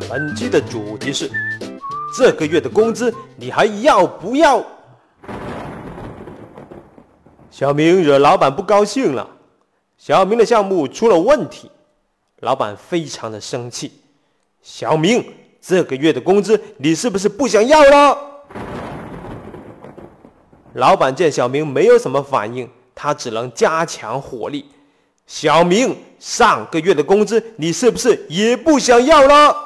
本期的主题是：这个月的工资你还要不要？小明惹老板不高兴了，小明的项目出了问题，老板非常的生气。小明，这个月的工资你是不是不想要了？老板见小明没有什么反应，他只能加强火力。小明，上个月的工资你是不是也不想要了？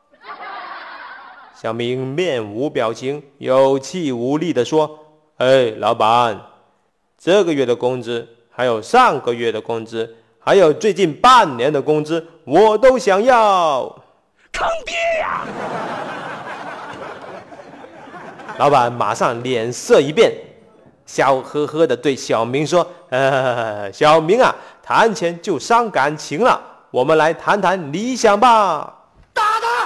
小明面无表情，有气无力地说：老板，这个月的工资，还有上个月的工资，还有最近半年的工资，我都想要。 坑爹呀！ 老板马上脸色一变，笑呵呵地对小明说：小明啊，谈钱就伤感情了，我们来谈谈理想吧。 打他！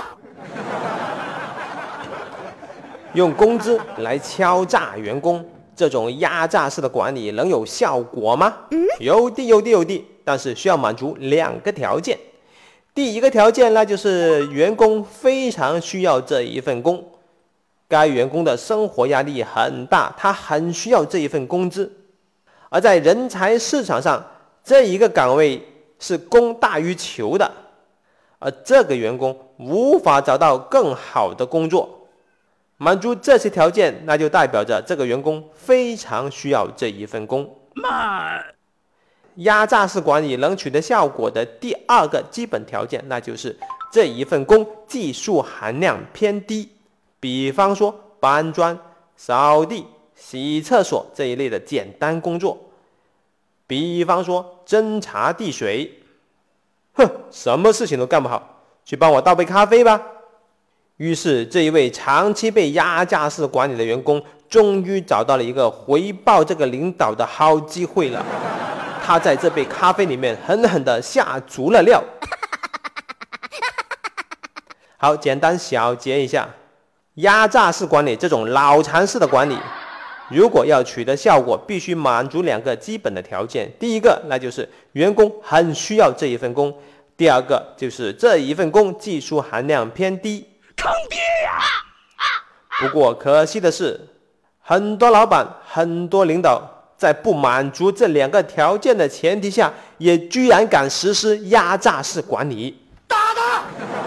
用工资来敲诈员工，这种压榨式的管理能有效果吗？有的，但是需要满足2个条件。第一个条件呢，就是员工非常需要这一份工，该员工的生活压力很大，他很需要这一份工资。而在人才市场上，这一个岗位是供大于求的，而这个员工无法找到更好的工作。满足这些条件，那就代表着这个员工非常需要这一份工。压榨式管理能取得效果的第2个基本条件，那就是这一份工技术含量偏低。比方说搬砖、扫地、洗厕所这一类的简单工作，比方说侦查递水。什么事情都干不好，去帮我倒杯咖啡吧。于是这一位长期被压榨式管理的员工终于找到了一个回报这个领导的好机会了。他在这杯咖啡里面狠狠地下足了料。好，简单小结一下，压榨式管理这种脑残式的管理，如果要取得效果，必须满足2个基本的条件。第一个，那就是员工很需要这一份工；第2个，就是这一份工技术含量偏低。 坑爹呀！ 不过可惜的是，很多老板、很多领导在不满足这2个条件的前提下，也居然敢实施压榨式管理。 打他！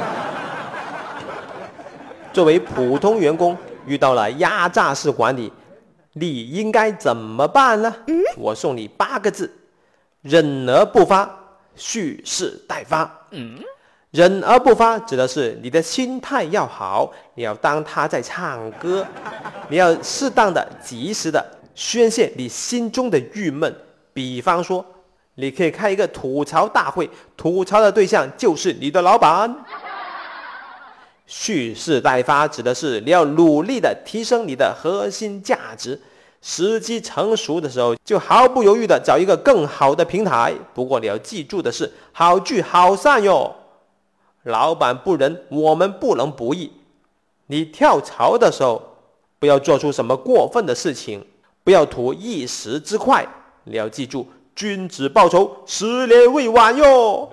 作为普通员工，遇到了压榨式管理，你应该怎么办呢？我送你8个字：忍而不发，蓄势待发。忍而不发指的是你的心态要好，你要当他在唱歌，你要适当的、及时的宣泄你心中的郁闷。比方说，你可以开一个吐槽大会，吐槽的对象就是你的老板。蓄势待发指的是你要努力的提升你的核心价值，时机成熟的时候就毫不犹豫的找一个更好的平台。不过你要记住的是，好聚好散哟。老板不仁，我们不能不义。你跳槽的时候，不要做出什么过分的事情，不要图一时之快。你要记住，君子报仇，10年未晚哟。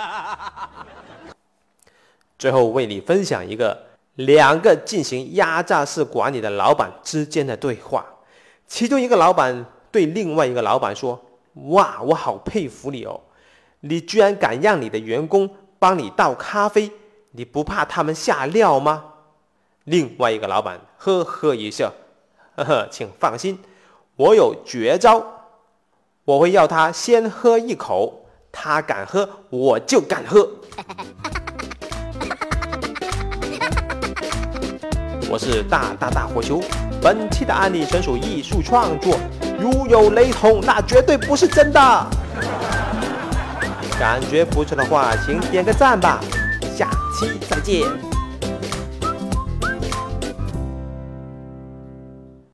最后为你分享一个2个进行压榨式管理的老板之间的对话。其中一个老板对另外一个老板说：哇，我好佩服你哦，你居然敢让你的员工帮你倒咖啡，你不怕他们下料吗？另外一个老板呵呵一笑：请放心，我有绝招，我会要他先喝一口，他敢喝我就敢喝。我是大火球，本期的案例纯属艺术创作，如有雷同，那绝对不是真的。感觉不错的话，请点个赞吧，下期再见。